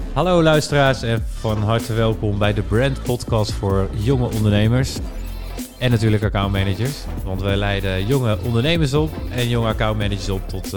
Hallo luisteraars en van harte welkom bij de Brand Podcast voor jonge ondernemers en natuurlijk accountmanagers. Want wij leiden jonge ondernemers op en jonge accountmanagers op tot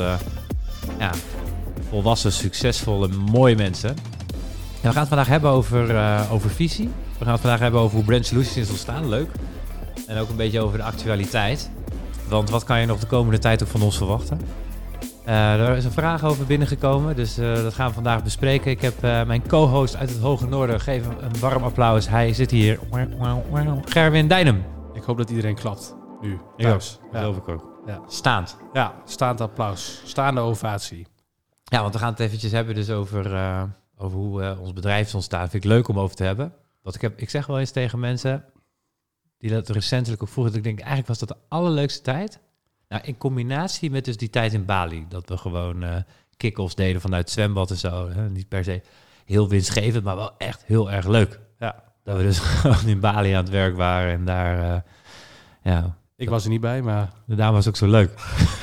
volwassen, succesvolle, mooie mensen. En we gaan het vandaag hebben over visie. We gaan het vandaag hebben over hoe Brand Solutions is ontstaan, leuk. En ook een beetje over de actualiteit. Want wat kan je nog de komende tijd ook van ons verwachten? Er is een vraag over binnengekomen, dus dat gaan we vandaag bespreken. Ik heb mijn co-host uit het Hoge Noorden. Geef hem een warm applaus. Hij zit hier. Gerwin Dijnem. Ik hoop dat iedereen klapt nu. Thuis. Ja, geloof ik ook. Ja. Staand. Ja, staand applaus. Staande ovatie. Ja, want we gaan het eventjes hebben dus over hoe ons bedrijf is ontstaan. Vind ik leuk om over te hebben. Want ik zeg wel eens tegen mensen die dat recentelijk ook vroegen. Dat ik denk, eigenlijk was dat de allerleukste tijd. Nou, in combinatie met dus die tijd in Bali. Dat we gewoon kick-offs deden vanuit het zwembad en zo. Niet per se heel winstgevend, maar wel echt heel erg leuk. Ja. Dat we dus gewoon in Bali aan het werk waren. En daar, Ik was er niet bij, maar... Daarom was het ook zo leuk.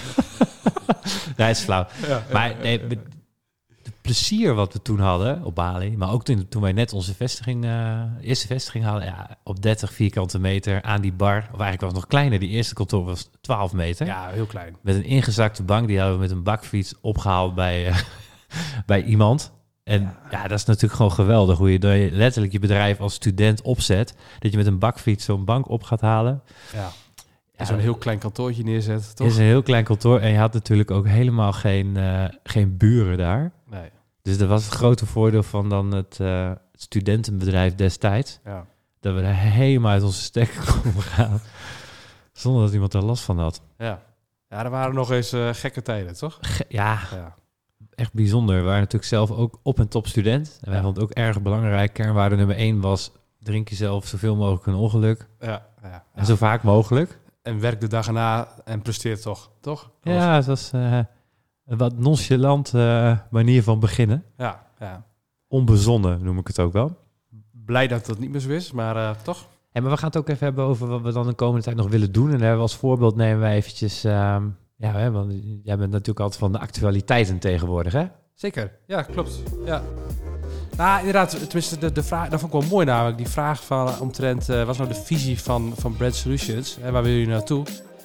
Dat is flauw. Ja, maar nee, het plezier wat we toen hadden op Bali. Maar ook toen wij net onze eerste vestiging hadden. Ja, op 30 vierkante meter aan die bar. Of eigenlijk was het nog kleiner. Die eerste kantoor was 12 meter. Ja, heel klein. Met een ingezakte bank. Die hadden we met een bakfiets opgehaald bij iemand. En ja, dat is natuurlijk gewoon geweldig. Hoe je letterlijk je bedrijf als student opzet. Dat je met een bakfiets zo'n bank op gaat halen. Ja. En zo'n heel klein kantoortje neerzet, toch? Het is een heel klein kantoor. En je had natuurlijk ook helemaal geen buren daar. Nee. Dus dat was het grote voordeel van dan het studentenbedrijf destijds. Ja. Dat we er helemaal uit onze stekker konden gaan. Zonder dat iemand er last van had. Ja, ja, er waren nog eens gekke tijden, toch? Ja, echt bijzonder. We waren natuurlijk zelf ook op- en top student. En wij vonden het ook erg belangrijk. Kernwaarde nummer 1 was: drink jezelf zoveel mogelijk een ongeluk. Ja. En zo vaak mogelijk. En werk de dag erna en presteer toch? Ja, het was een wat nonchalant manier van beginnen. Ja. Onbezonnen noem ik het ook wel. Blij dat dat niet meer zo is, maar toch? Maar we gaan het ook even hebben over wat we dan de komende tijd nog willen doen. En als voorbeeld nemen wij eventjes... want jij bent natuurlijk altijd van de actualiteiten tegenwoordig, hè? Zeker, ja, klopt. Ja. Nou, inderdaad, tenminste, de vraag, dat vond ik wel mooi namelijk. Die vraag van omtrent, wat is nou de visie van Brand Solutions? En waar willen jullie naartoe?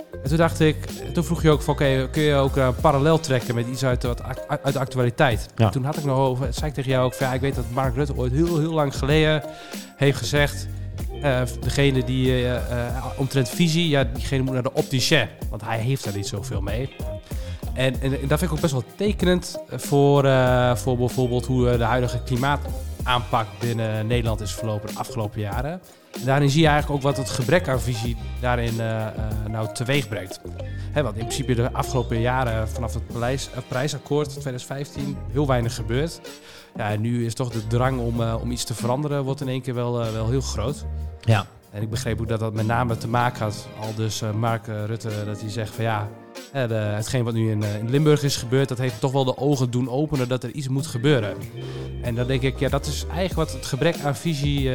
En toen vroeg je ook van, oké, kun je ook een parallel trekken met iets uit de actualiteit? Ja. En toen had ik nog over, zei ik tegen jou ook van, ik weet dat Mark Rutte ooit heel, heel lang geleden heeft gezegd, degene die omtrent visie, diegene moet naar de opticien, want hij heeft daar niet zoveel mee. En dat vind ik ook best wel tekenend voor bijvoorbeeld hoe de huidige klimaataanpak binnen Nederland is verlopen de afgelopen jaren. En daarin zie je eigenlijk ook wat het gebrek aan visie daarin teweeg brengt. Want in principe de afgelopen jaren vanaf het Parijsakkoord 2015 heel weinig gebeurd. Ja, en nu is toch de drang om iets te veranderen wordt in één keer wel heel groot. Ja. En ik begreep ook dat met name te maken had, al dus Mark Rutte, dat hij zegt van hetgeen wat nu in Limburg is gebeurd, dat heeft toch wel de ogen doen openen dat er iets moet gebeuren. En dan denk ik, dat is eigenlijk wat het gebrek aan visie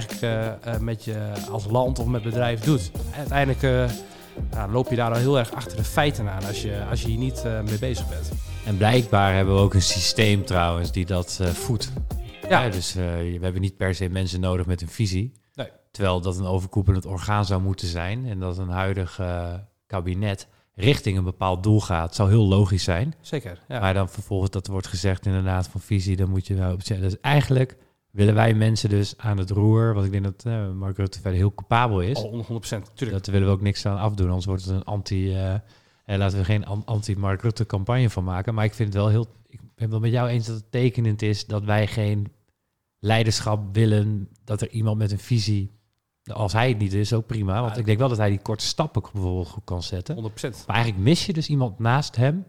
met je als land of met bedrijf doet. Uiteindelijk loop je daar al heel erg achter de feiten aan als je hier niet mee bezig bent. En blijkbaar hebben we ook een systeem trouwens die dat voedt. Ja. Dus we hebben niet per se mensen nodig met een visie. Nee. Terwijl dat een overkoepelend orgaan zou moeten zijn. En dat een huidig kabinet richting een bepaald doel gaat. Het zou heel logisch zijn. Zeker, ja. Maar dan vervolgens dat er wordt gezegd inderdaad van visie, dan moet je wel opzetten. Dus eigenlijk willen wij mensen dus aan het roer, want ik denk dat Mark Rutte verder heel capabel is. 100%, tuurlijk. Dat willen we ook niks aan afdoen, anders wordt het een laten we geen anti-Mark Rutte campagne van maken. Maar ik vind het wel ik ben het wel met jou eens dat het tekenend is dat wij geen leiderschap willen, dat er iemand met een visie, als hij het niet is, ook prima. Want ik denk wel dat hij die korte stappen bijvoorbeeld goed kan zetten. 100%. Maar eigenlijk mis je dus iemand naast hem,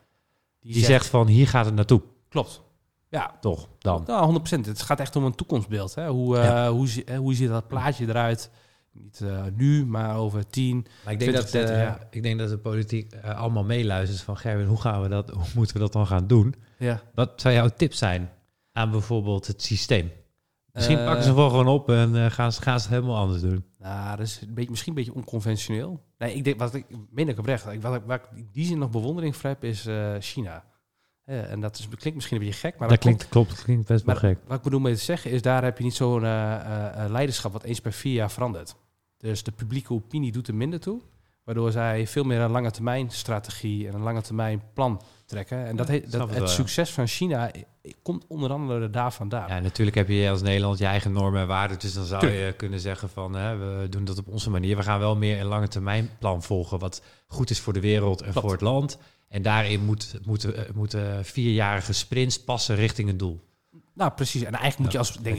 die zegt van, hier gaat het naartoe. Klopt. Ja. Toch, dan. Nou, 100%. Het gaat echt om een toekomstbeeld. Hè? Hoe ziet dat plaatje eruit? Niet nu, maar over 10, Maar ik denk 20, 30 jaar. Ik denk dat de politiek allemaal meeluistert van, Gerwin, hoe moeten we dat dan gaan doen? Ja. Wat zou jouw tip zijn aan bijvoorbeeld het systeem? Misschien pakken ze wel gewoon op en gaan ze het helemaal anders doen. Nou, dat is misschien een beetje onconventioneel. Nee, ik denk, wat ik meen ik oprecht, waar ik in die zin nog bewondering voor heb, is China. En dat klinkt misschien een beetje gek, maar Dat klinkt best wel gek. Wat ik bedoel mee te zeggen is, daar heb je niet zo'n leiderschap wat eens per 4 jaar verandert. Dus de publieke opinie doet er minder toe, waardoor zij veel meer een lange termijn strategie en een lange termijn plan trekken. En het succes van China komt onder andere daar vandaan. Ja, natuurlijk heb je als Nederland je eigen normen en waarden. Dus dan zou je kunnen zeggen van, we doen dat op onze manier. We gaan wel meer een lange termijn plan volgen, wat goed is voor de wereld en voor het land. En daarin moeten 4-jarige sprints passen richting een doel. Nou, precies. En eigenlijk moet je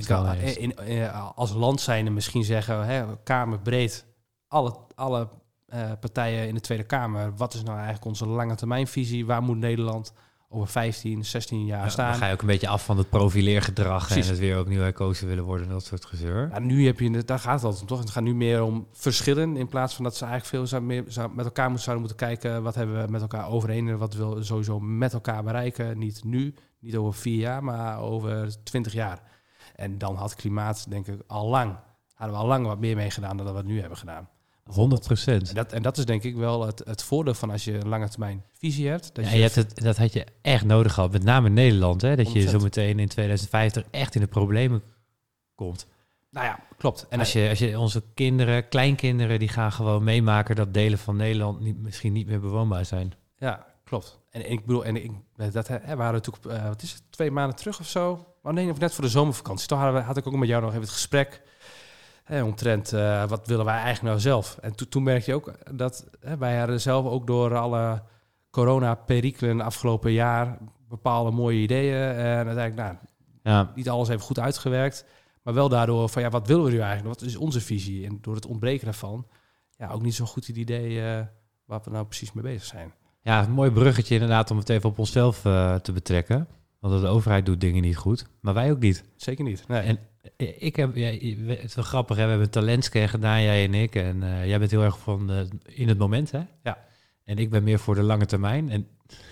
als land zijnde misschien zeggen, kamerbreed, alle partijen in de Tweede Kamer, wat is nou eigenlijk onze lange termijnvisie? Waar moet Nederland over 15, 16 jaar staan? Dan ga je ook een beetje af van het profileergedrag en het weer opnieuw herkozen willen worden, dat soort gezeur. Ja, nu daar gaat het altijd om, toch? Het gaat nu meer om verschillen, in plaats van dat ze eigenlijk veel meer met elkaar zouden moeten kijken, wat hebben we met elkaar overeen en wat willen we sowieso met elkaar bereiken. Niet nu, niet over 4 jaar, maar over 20 jaar. En dan had klimaat, denk ik, hadden we al lang wat meer mee gedaan dan dat we het nu hebben gedaan. 100%. En dat is denk ik wel het voordeel van als je een lange termijn visie hebt. Dat had je echt nodig gehad, met name in Nederland. Hè? Dat 100%. Je zo meteen in 2050 echt in de problemen komt. Nou ja, klopt. En als je onze kleinkinderen, die gaan gewoon meemaken dat delen van Nederland misschien niet meer bewoonbaar zijn. Ja, klopt. En ik bedoel, dat waren natuurlijk, wat is het, 2 maanden terug of zo? Maar nee, of net voor de zomervakantie. Toch had ik ook met jou nog even het gesprek. Omtrent, wat willen wij eigenlijk nou zelf? En toen merkte je ook dat wij hadden zelf ook door alle corona-perikelen afgelopen jaar bepaalde mooie ideeën. En uiteindelijk, niet alles heeft goed uitgewerkt. Maar wel daardoor van, wat willen we nu eigenlijk? Wat is onze visie? En door het ontbreken daarvan, ook niet zo'n goed idee waar we nou precies mee bezig zijn. Ja, een mooi bruggetje inderdaad om het even op onszelf te betrekken. Want de overheid doet dingen niet goed, maar wij ook niet. Zeker niet, nee. En het is wel grappig, hè? We hebben een talentscan gedaan, jij en ik. En jij bent heel erg van in het moment, hè? Ja. En ik ben meer voor de lange termijn. En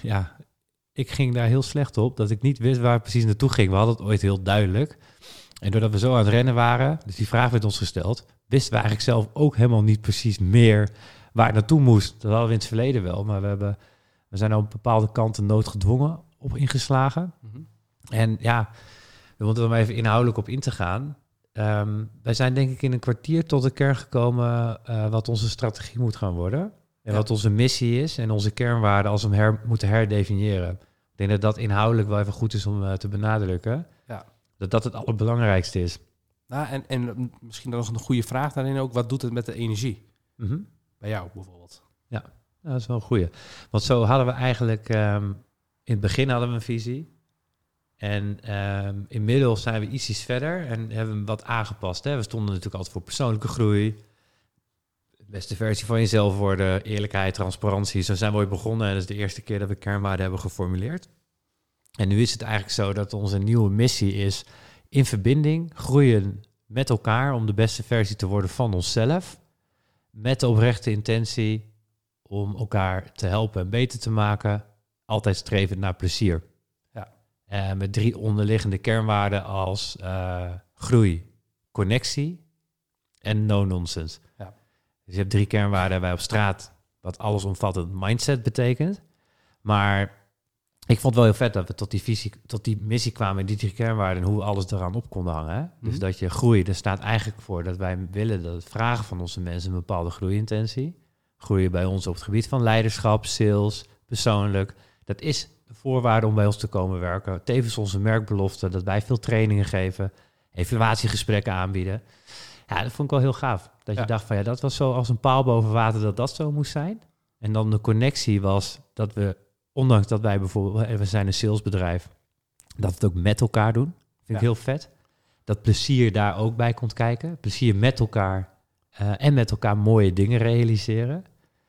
ik ging daar heel slecht op, dat ik niet wist waar het precies naartoe ging. We hadden het ooit heel duidelijk. En doordat we zo aan het rennen waren, dus die vraag werd ons gesteld, wisten we eigenlijk zelf ook helemaal niet precies meer waar het naartoe moest. Dat hadden we in het verleden wel, maar we zijn op bepaalde kanten noodgedwongen op ingeslagen. Mm-hmm. En we moeten er maar even inhoudelijk op in te gaan. Wij zijn denk ik in een kwartier tot de kern gekomen wat onze strategie moet gaan worden. En wat onze missie is en onze kernwaarden als we hem moeten herdefiniëren. Ik denk dat dat inhoudelijk wel even goed is om te benadrukken. Ja. Dat het allerbelangrijkste is. Nou, en misschien nog een goede vraag daarin ook. Wat doet het met de energie? Mm-hmm. Bij jou bijvoorbeeld. Ja, dat is wel een goeie. Want zo hadden we eigenlijk... in het begin hadden we een visie. En inmiddels zijn we iets verder en hebben we wat aangepast. Hè? We stonden natuurlijk altijd voor persoonlijke groei. De beste versie van jezelf worden, eerlijkheid, transparantie. Zo zijn we ooit begonnen en dat is de eerste keer dat we kernwaarden hebben geformuleerd. En nu is het eigenlijk zo dat onze nieuwe missie is in verbinding, groeien met elkaar om de beste versie te worden van onszelf. Met de oprechte intentie om elkaar te helpen en beter te maken. Altijd strevend naar plezier. Met 3 onderliggende kernwaarden als groei, connectie en no-nonsense. Ja. Dus je hebt 3 kernwaarden bij op straat, wat allesomvattend mindset betekent. Maar ik vond het wel heel vet dat we tot die missie kwamen in die 3 kernwaarden en hoe we alles eraan op konden hangen. Hè? Mm-hmm. Dus dat je groei, daar staat eigenlijk voor dat wij willen dat het vragen van onze mensen een bepaalde groeiintentie. Groeien bij ons op het gebied van leiderschap, sales, persoonlijk. Dat is voorwaarde om bij ons te komen werken. Tevens onze merkbelofte, dat wij veel trainingen geven, evaluatiegesprekken aanbieden. Ja, dat vond ik wel heel gaaf. Dat je dacht van dat was zo als een paal boven water dat zo moest zijn. En dan de connectie was dat we, ondanks dat wij bijvoorbeeld, we zijn een salesbedrijf, dat we het ook met elkaar doen. Vind ik heel vet. Dat plezier daar ook bij komt kijken. Plezier met elkaar en met elkaar mooie dingen realiseren.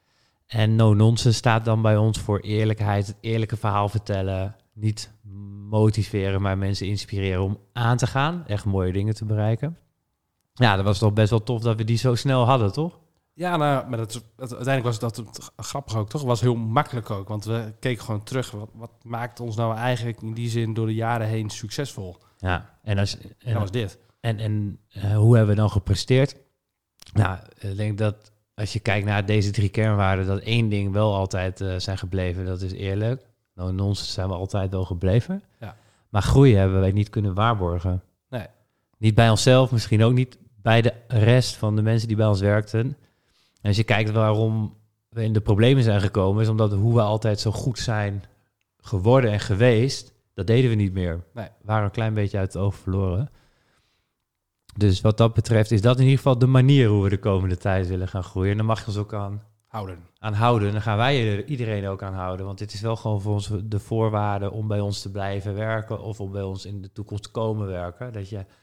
En no-nonsense staat dan bij ons voor eerlijkheid, het eerlijke verhaal vertellen. Niet motiveren, maar mensen inspireren om aan te gaan. Echt mooie dingen te bereiken. Ja, dat was toch best wel tof dat we die zo snel hadden, toch? Ja, nou, maar uiteindelijk was dat grappig ook, toch? Het was heel makkelijk ook, want we keken gewoon terug. Wat maakt ons nou eigenlijk in die zin door de jaren heen succesvol? Ja, en dat was dit. En hoe hebben we dan gepresteerd? Nou, ik denk dat als je kijkt naar deze 3 kernwaarden, dat 1 ding wel altijd zijn gebleven. Dat is eerlijk. Nou, in ons zijn we altijd wel gebleven. Ja. Maar groei hebben wij niet kunnen waarborgen. Nee. Niet bij onszelf, misschien ook niet bij de rest van de mensen die bij ons werkten. En als je kijkt waarom we in de problemen zijn gekomen, is omdat hoe we altijd zo goed zijn geworden en geweest, dat deden we niet meer. Nee. We waren een klein beetje uit het oog verloren. Dus wat dat betreft is dat in ieder geval de manier hoe we de komende tijd willen gaan groeien. En daar mag je ons ook aan houden. En dan gaan wij er iedereen ook aan houden. Want dit is wel gewoon voor ons de voorwaarde om bij ons te blijven werken of om bij ons in de toekomst te komen werken. Dat je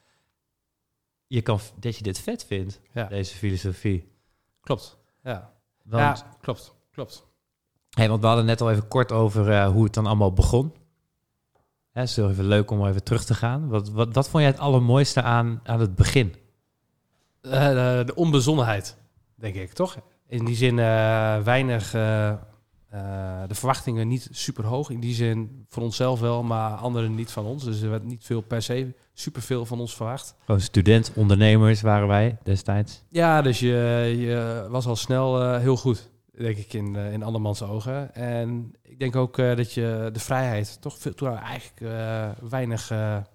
dit vet vindt, deze filosofie. Klopt, ja. Klopt. Hey, want we hadden net al even kort over hoe het dan allemaal begon. Het is even leuk om even terug te gaan. Wat vond jij het allermooiste aan het begin? De onbezonnenheid, denk ik, toch? In die zin weinig... de verwachtingen niet super hoog. In die zin voor onszelf wel, maar anderen niet van ons. Dus er werd niet veel per se superveel van ons verwacht. Gewoon student, ondernemers waren wij destijds. Ja, dus je was al snel heel goed, denk ik, in andermans ogen. En ik denk ook dat je de vrijheid toch toen eigenlijk weinig...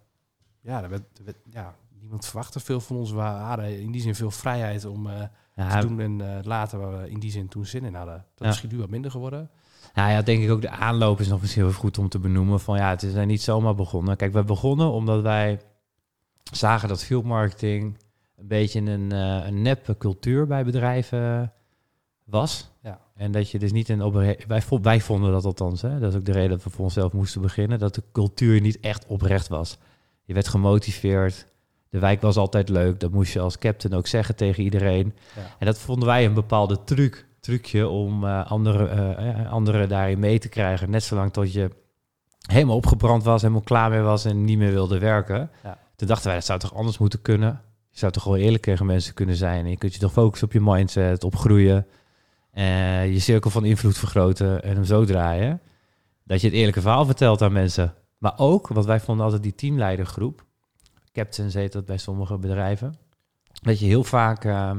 niemand verwachtte veel van ons. We hadden in die zin veel vrijheid om te doen. En later waar we in die zin toen zin in hadden. Dat is misschien nu wat minder geworden. Ja, denk ik ook de aanloop is nog misschien heel goed om te benoemen. Van het is niet zomaar begonnen. Kijk, we begonnen omdat wij zagen dat field marketing een beetje een neppe cultuur bij bedrijven was. Ja. En dat je dus niet wij vonden dat althans, hè, dat is ook de reden dat we voor onszelf moesten beginnen, dat de cultuur niet echt oprecht was. Je werd gemotiveerd. De wijk was altijd leuk. Dat moest je als captain ook zeggen tegen iedereen. Ja. En dat vonden wij een bepaalde trucje om anderen daarin mee te krijgen. Net zolang tot je helemaal opgebrand was, helemaal klaar mee was en niet meer wilde werken. Ja. Toen dachten wij, dat zou toch anders moeten kunnen? Je zou toch gewoon eerlijk tegen mensen kunnen zijn. En je kunt je toch focussen op je mindset, op groeien. Je cirkel van invloed vergroten en hem zo draaien. Dat je het eerlijke verhaal vertelt aan mensen. Maar ook, want wij vonden altijd die teamleidergroep. Captains heet dat bij sommige bedrijven. Dat je heel vaak,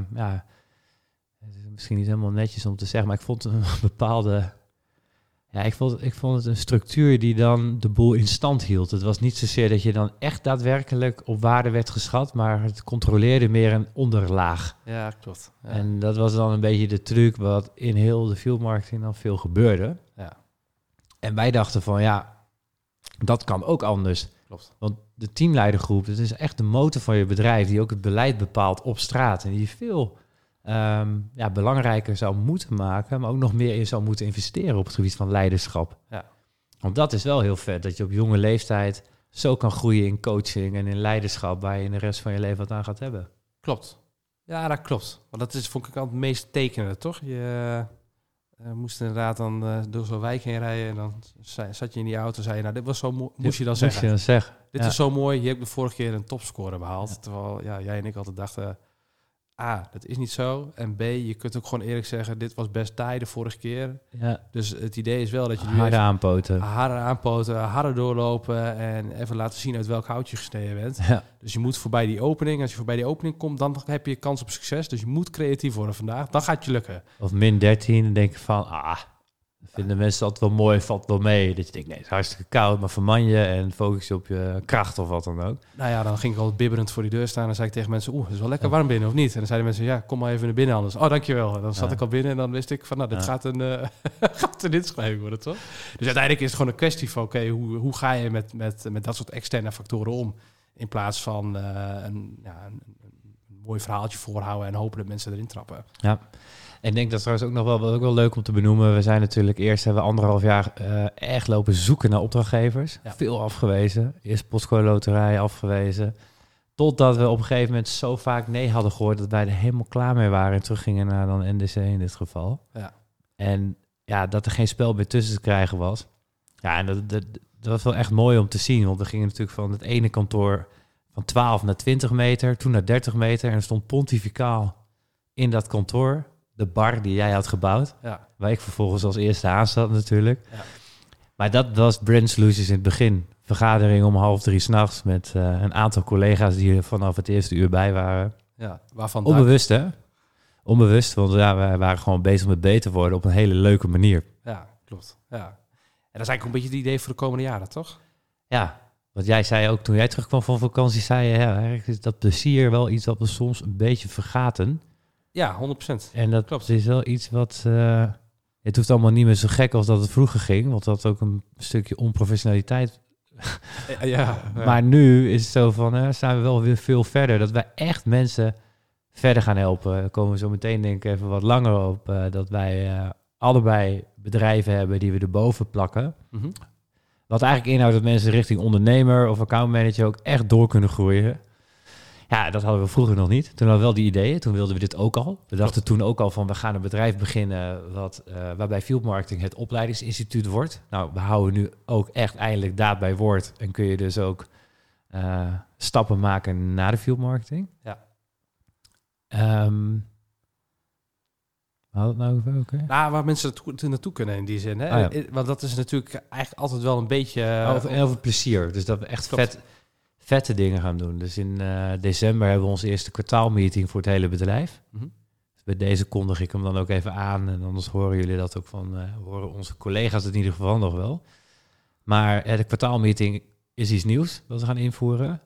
het is misschien niet helemaal netjes om te zeggen, maar ik vond een bepaalde, ik vond het een structuur die dan de boel in stand hield. Het was niet zozeer dat je dan echt daadwerkelijk op waarde werd geschat, maar het controleerde meer een onderlaag. Ja, klopt. Ja. En dat was dan een beetje de truc wat in heel de field marketing dan veel gebeurde. Ja. En wij dachten van, dat kan ook anders. Klopt. Want de teamleidergroep, dat is echt de motor van je bedrijf die ook het beleid bepaalt op straat. En die je veel belangrijker zou moeten maken, maar ook nog meer in zou moeten investeren op het gebied van leiderschap. Ja. Want dat is wel heel vet, dat je op jonge leeftijd zo kan groeien in coaching en in leiderschap, waar je in de rest van je leven wat aan gaat hebben. Klopt. Ja, dat klopt. Want dat vond ik altijd het meest tekenende, toch? Je moest inderdaad dan door zo'n wijk heen rijden en dan zat je in die auto en zei je, dit was zo mooi, moest je dan zeggen. Dit is zo mooi, je hebt de vorige keer een topscore behaald. Ja. Terwijl jij en ik altijd dachten, A, dat is niet zo. En B, je kunt ook gewoon eerlijk zeggen, dit was best taai de vorige keer. Ja. Dus het idee is wel dat je harder aanpoten, harder doorlopen en even laten zien uit welk hout je gesneden bent. Ja. Dus je moet voorbij die opening. Als je voorbij die opening komt, dan heb je kans op succes. Dus je moet creatief worden vandaag. Dan gaat het je lukken. Of min 13, dan denk je van, vinden mensen altijd wel mooi, valt wel mee. Dat je denkt, nee, het is hartstikke koud, maar verman je en focus je op je kracht of wat dan ook. Nou ja, dan ging ik altijd bibberend voor die deur staan en dan zei ik tegen mensen, het is wel lekker warm binnen of niet? En dan zeiden mensen, kom maar even naar binnen anders. Oh, dankjewel. En dan zat ik al binnen en dan wist ik van, dit gaat een inschrijving worden, toch? Dus uiteindelijk is het gewoon een kwestie van, hoe ga je met dat soort externe factoren om? In plaats van een mooi verhaaltje voorhouden en hopen dat mensen erin trappen. Ja. En ik denk dat trouwens ook nog wel leuk om te benoemen. We zijn natuurlijk hebben we 1,5 jaar echt lopen zoeken naar opdrachtgevers. Ja. Veel afgewezen. Eerst Postcode Loterij afgewezen. Totdat we op een gegeven moment zo vaak nee hadden gehoord dat wij er helemaal klaar mee waren en teruggingen naar dan NDC in dit geval. Ja. En dat er geen spel meer tussen te krijgen was. Ja, en dat was wel echt mooi om te zien. Want we gingen natuurlijk van het ene kantoor van 12 naar 20 meter, toen naar 30 meter. En er stond pontificaal in dat kantoor de bar die jij had gebouwd. Ja. Waar ik vervolgens als eerste aan zat natuurlijk. Ja. Maar dat was Brand Solutions in het begin. Vergadering om 2:30 's nachts met een aantal collega's die er vanaf het eerste uur bij waren. Ja, waarvan onbewust, hè? Onbewust, want wij waren gewoon bezig met beter worden op een hele leuke manier. Ja, klopt. Ja. dat is eigenlijk een beetje het idee voor de komende jaren, toch? Ja, wat jij zei ook toen jij terugkwam van vakantie, zei je, ja, eigenlijk is dat plezier wel iets wat we soms een beetje vergaten. Ja, 100%. En dat Klopt. is wel iets wat... het hoeft allemaal niet meer zo gek als dat het vroeger ging, want dat had ook een stukje onprofessionaliteit. Ja. Maar nu is het zo van, staan we wel weer veel verder. Dat wij echt mensen verder gaan helpen. Daar komen we zo meteen denk ik even wat langer op. Dat wij allebei bedrijven hebben die we erboven plakken. Mhm. Wat eigenlijk inhoudt dat mensen richting ondernemer of accountmanager ook echt door kunnen groeien. Ja, dat hadden we vroeger nog niet. Toen hadden we wel die ideeën. Toen wilden we dit ook al. We dachten toen ook al van, we gaan een bedrijf beginnen waarbij Field Marketing het opleidingsinstituut wordt. Nou, we houden nu ook echt eindelijk daad bij woord. En kun je dus ook stappen maken naar de Field Marketing. Ja. Had het nou over? Okay. Nou, waar mensen naartoe kunnen in die zin. Hè? Ah, ja. Want dat is natuurlijk eigenlijk altijd wel een beetje... over plezier. Dus dat we echt vette dingen gaan doen. Dus in december hebben we onze eerste kwartaalmeeting voor het hele bedrijf. Mm-hmm. Dus bij deze kondig ik hem dan ook even aan. En anders horen jullie dat ook van... horen onze collega's het in ieder geval nog wel. Maar de kwartaalmeeting is iets nieuws dat we gaan invoeren.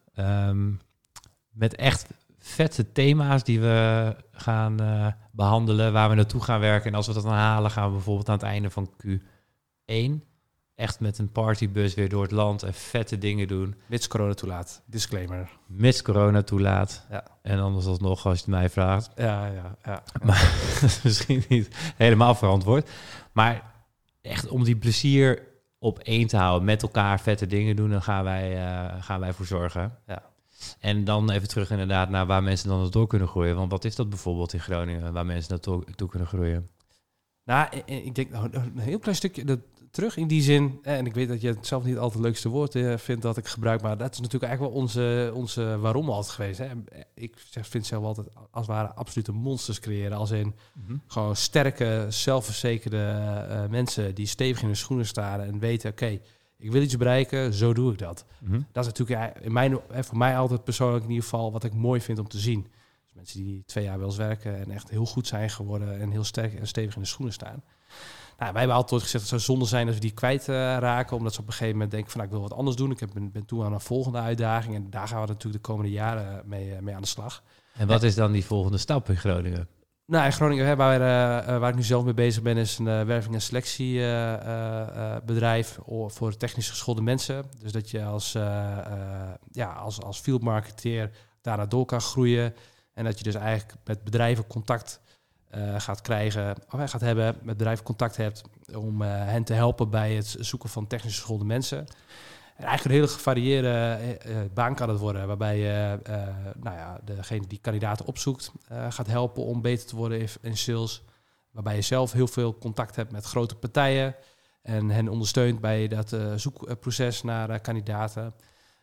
Met echt vette thema's die we gaan behandelen. Waar we naartoe gaan werken. En als we dat dan halen, gaan we bijvoorbeeld aan het einde van Q1... echt met een partybus weer door het land en vette dingen doen. Mits corona toelaat. Disclaimer. Mits corona toelaat. Ja. En anders alsnog, als je het mij vraagt. Ja. Maar dat is misschien niet helemaal verantwoord. Maar echt om die plezier op één te houden. Met elkaar vette dingen doen. Dan gaan wij voor zorgen. Ja. En dan even terug inderdaad naar waar mensen dan naartoe kunnen groeien. Want wat is dat bijvoorbeeld in Groningen? Waar mensen naartoe kunnen groeien? Nou, ik denk een heel klein stukje terug in die zin. En ik weet dat je het zelf niet altijd het leukste woord vindt dat ik gebruik. Maar dat is natuurlijk eigenlijk wel onze waarom altijd geweest. Hè. Ik vind zelf altijd als het ware absolute monsters creëren. Als in gewoon sterke, zelfverzekerde mensen die stevig in hun schoenen staan. En weten, oké, ik wil iets bereiken, zo doe ik dat. Mm-hmm. Dat is natuurlijk voor mij altijd persoonlijk in ieder geval wat ik mooi vind om te zien. Dus mensen die 2 jaar bij ons werken en echt heel goed zijn geworden en heel sterk en stevig in de schoenen staan. Nou, wij hebben altijd gezegd, het zou zonde zijn als we die kwijt raken, omdat ze op een gegeven moment denken van, nou, ik wil wat anders doen. Ik ben toe aan een volgende uitdaging en daar gaan we natuurlijk de komende jaren mee aan de slag. En wat is dan die volgende stap in Groningen? Nou, in Groningen, waar ik nu zelf mee bezig ben, is een werving- en selectiebedrijf voor technisch geschoolde mensen. Dus dat je als field marketeer daarna door kan groeien. En dat je dus eigenlijk met bedrijven contact gaat hebben, met bedrijven contact hebt om hen te helpen bij het zoeken van technisch geschoolde mensen. En eigenlijk een hele gevarieerde baan kan het worden, waarbij je degene die kandidaten opzoekt gaat helpen om beter te worden in sales. Waarbij je zelf heel veel contact hebt met grote partijen en hen ondersteunt bij dat zoekproces naar kandidaten.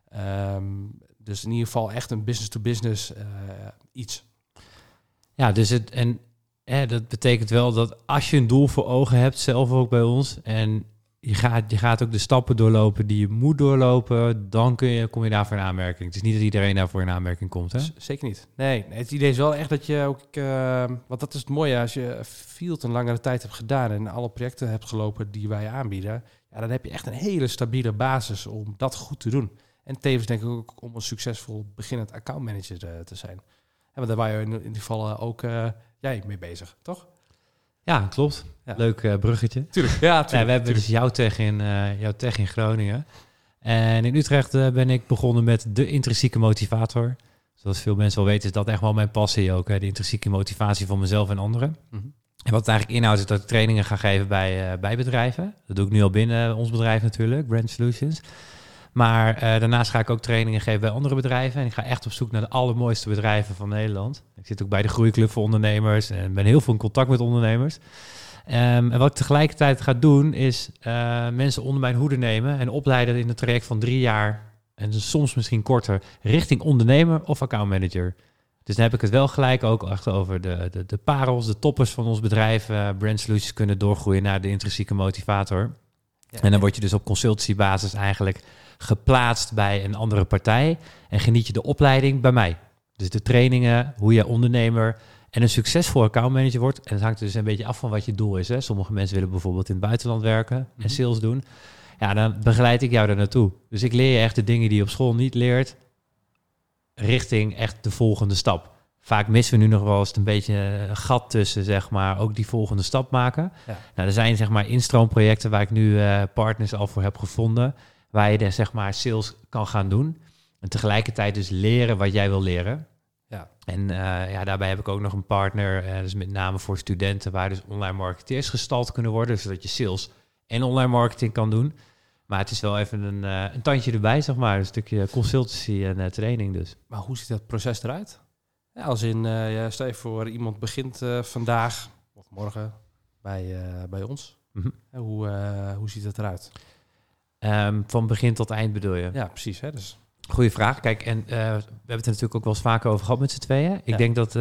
Dus in ieder geval echt een business-to-business iets. Ja, dus dat betekent wel dat als je een doel voor ogen hebt, zelf ook bij ons, en je gaat ook de stappen doorlopen die je moet doorlopen, dan kom je daarvoor in aanmerking. Het is niet dat iedereen daarvoor in aanmerking komt, hè? Zeker niet. Nee, het idee is wel echt dat je ook... want dat is het mooie, als je field een langere tijd hebt gedaan en alle projecten hebt gelopen die wij aanbieden, ja, dan heb je echt een hele stabiele basis om dat goed te doen. En tevens denk ik ook om een succesvol beginnend accountmanager te zijn. En daar waren je in ieder geval ook jij mee bezig, toch? Ja, klopt. Ja. Leuk bruggetje. Tuurlijk. Ja, we hebben dus jouw tech in Groningen. En in Utrecht ben ik begonnen met de intrinsieke motivator. Zoals veel mensen wel weten, is dat echt wel mijn passie ook. Hè? De intrinsieke motivatie van mezelf en anderen. Mm-hmm. En wat het eigenlijk inhoudt, is dat ik trainingen ga geven bij bedrijven. Dat doe ik nu al binnen ons bedrijf natuurlijk, Brand Solutions. Maar daarnaast ga ik ook trainingen geven bij andere bedrijven. En ik ga echt op zoek naar de allermooiste bedrijven van Nederland. Ik zit ook bij de Groeiclub voor ondernemers en ben heel veel in contact met ondernemers. En wat ik tegelijkertijd ga doen, is mensen onder mijn hoede nemen en opleiden in een traject van 3 jaar, en soms misschien korter, richting ondernemer of accountmanager. Dus dan heb ik het wel gelijk ook echt over de parels, de toppers van ons bedrijf. Brand Solutions kunnen doorgroeien naar de intrinsieke motivator. Ja. En dan word je dus op consultancybasis eigenlijk geplaatst bij een andere partij en geniet je de opleiding bij mij. Dus de trainingen, hoe je ondernemer en een succesvol accountmanager wordt, en het hangt dus een beetje af van wat je doel is. Hè. Sommige mensen willen bijvoorbeeld in het buitenland werken en sales doen. Ja, dan begeleid ik jou daar naartoe. Dus ik leer je echt de dingen die je op school niet leert, richting echt de volgende stap. Vaak missen we nu nog wel eens een beetje een gat tussen, zeg maar, ook die volgende stap maken. Ja. Nou, er zijn, zeg maar, instroomprojecten waar ik nu partners al voor heb gevonden, waar je zeg maar, sales kan gaan doen. En tegelijkertijd dus leren wat jij wil leren. Ja. En daarbij heb ik ook nog een partner, dus met name voor studenten, waar dus online marketeers gestald kunnen worden, zodat je sales en online marketing kan doen. Maar het is wel even een tandje erbij, zeg maar. Een stukje consultancy en training dus. Maar hoe ziet dat proces eruit? Ja, als in, stel je voor, iemand begint vandaag of morgen bij ons. Mm-hmm. Hoe ziet dat eruit? Van begin tot eind bedoel je? Ja, precies. Hè? Dus... Goeie vraag. Kijk, en we hebben het er natuurlijk ook wel eens vaker over gehad met z'n tweeën. Ik denk dat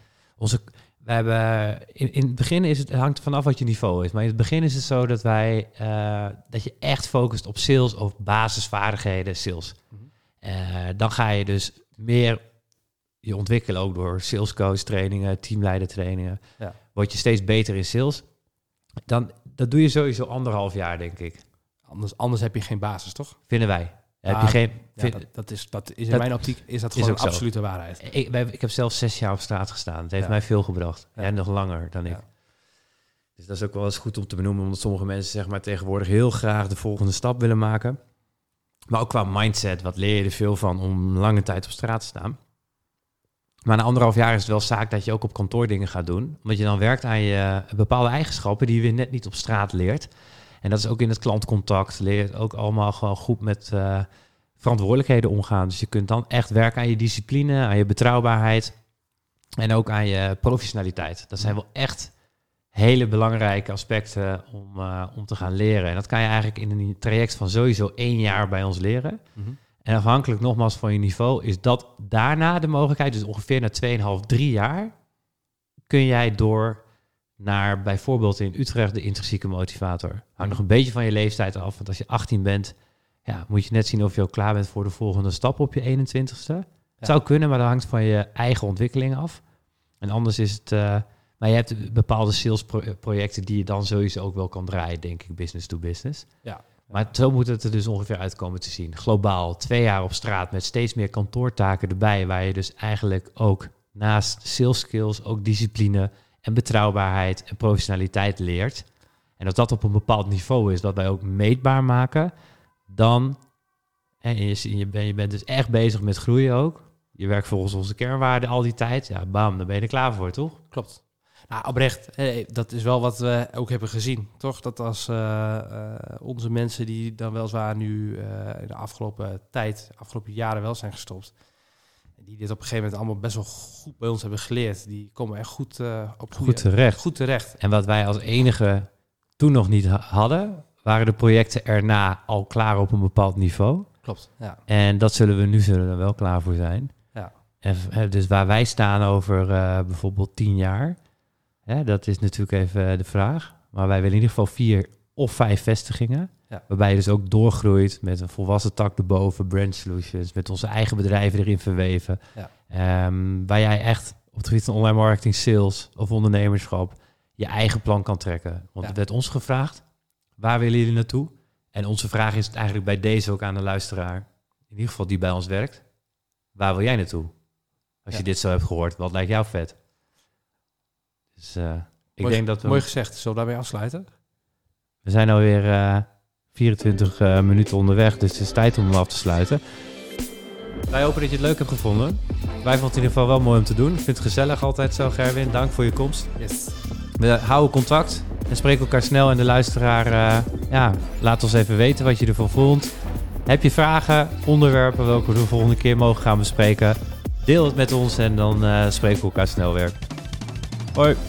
we hebben in het begin het hangt vanaf wat je niveau is. Maar in het begin is het zo dat dat je echt focust op sales of basisvaardigheden sales. Mm-hmm. Dan ga je dus meer je ontwikkelen ook door salescoach trainingen, teamleidertrainingen. Ja. Word je steeds beter in sales. Dat doe je sowieso 1,5 jaar, denk ik. Anders heb je geen basis, toch? Vinden wij. Heb je geen, dat is in mijn optiek is dat gewoon een absolute waarheid. Ik heb zelf 6 jaar op straat gestaan. Het heeft mij veel gebracht. Ja. En nog langer dan ik. Dus dat is ook wel eens goed om te benoemen, omdat sommige mensen, zeg maar, tegenwoordig heel graag de volgende stap willen maken. Maar ook qua mindset, wat leer je er veel van om lange tijd op straat te staan. Maar na 1,5 jaar is het wel zaak dat je ook op kantoor dingen gaat doen. Omdat je dan werkt aan je bepaalde eigenschappen die je weer net niet op straat leert. En dat is ook in het klantcontact. Leer je ook allemaal gewoon goed met verantwoordelijkheden omgaan. Dus je kunt dan echt werken aan je discipline, aan je betrouwbaarheid. En ook aan je professionaliteit. Dat zijn wel echt hele belangrijke aspecten om te gaan leren. En dat kan je eigenlijk in een traject van sowieso 1 jaar bij ons leren. Mm-hmm. En afhankelijk nogmaals van je niveau is dat daarna de mogelijkheid. Dus ongeveer na 2,5, 3 jaar kun jij door naar bijvoorbeeld in Utrecht de intrinsieke motivator. Hangt nog een beetje van je leeftijd af. Want als je 18 bent, moet je net zien of je ook klaar bent voor de volgende stap op je 21ste. Ja. Het zou kunnen, maar dat hangt van je eigen ontwikkeling af. En anders is het... maar je hebt bepaalde salesprojecten die je dan sowieso ook wel kan draaien, denk ik, business to business. Ja. Maar zo moet het er dus ongeveer uitkomen te zien. Globaal 2 jaar op straat met steeds meer kantoortaken erbij, waar je dus eigenlijk ook naast sales skills ook discipline en betrouwbaarheid en professionaliteit leert. En als dat op een bepaald niveau is, dat wij ook meetbaar maken, dan je bent dus echt bezig met groeien ook. Je werkt volgens onze kernwaarden al die tijd. Ja, bam, dan ben je er klaar voor, toch? Klopt. Nou, oprecht, dat is wel wat we ook hebben gezien, toch? Dat als onze mensen die dan weliswaar nu in de afgelopen jaren wel zijn gestopt, die dit op een gegeven moment allemaal best wel goed bij ons hebben geleerd, die komen echt goed terecht. En wat wij als enige toen nog niet hadden, waren de projecten erna al klaar op een bepaald niveau. Klopt, ja. En dat zullen we wel klaar voor zijn. Ja. En, dus waar wij staan over bijvoorbeeld 10 jaar... dat is natuurlijk even de vraag. Maar wij willen in ieder geval 4 of 5 vestigingen. Ja. Waarbij je dus ook doorgroeit met een volwassen tak erboven, brand solutions, met onze eigen bedrijven erin verweven. Ja. Waar jij echt op het gebied van online marketing, sales of ondernemerschap je eigen plan kan trekken. Want het werd ons gevraagd, waar willen jullie naartoe? En onze vraag is eigenlijk bij deze ook aan de luisteraar, in ieder geval die bij ons werkt. Waar wil jij naartoe? Als je dit zo hebt gehoord, wat lijkt jou vet? Dus ik denk dat we... Mooi gezegd. Zullen we daarmee afsluiten? We zijn alweer 24 minuten onderweg, dus het is tijd om hem af te sluiten. Wij hopen dat je het leuk hebt gevonden. Wij vonden het in ieder geval wel mooi om te doen. Ik vind het gezellig altijd zo, Gerwin. Dank voor je komst. Yes. We houden contact en spreken elkaar snel. En de luisteraar, laat ons even weten wat je ervan vond. Heb je vragen, onderwerpen welke we de volgende keer mogen gaan bespreken? Deel het met ons en dan spreken we elkaar snel weer. Hoi.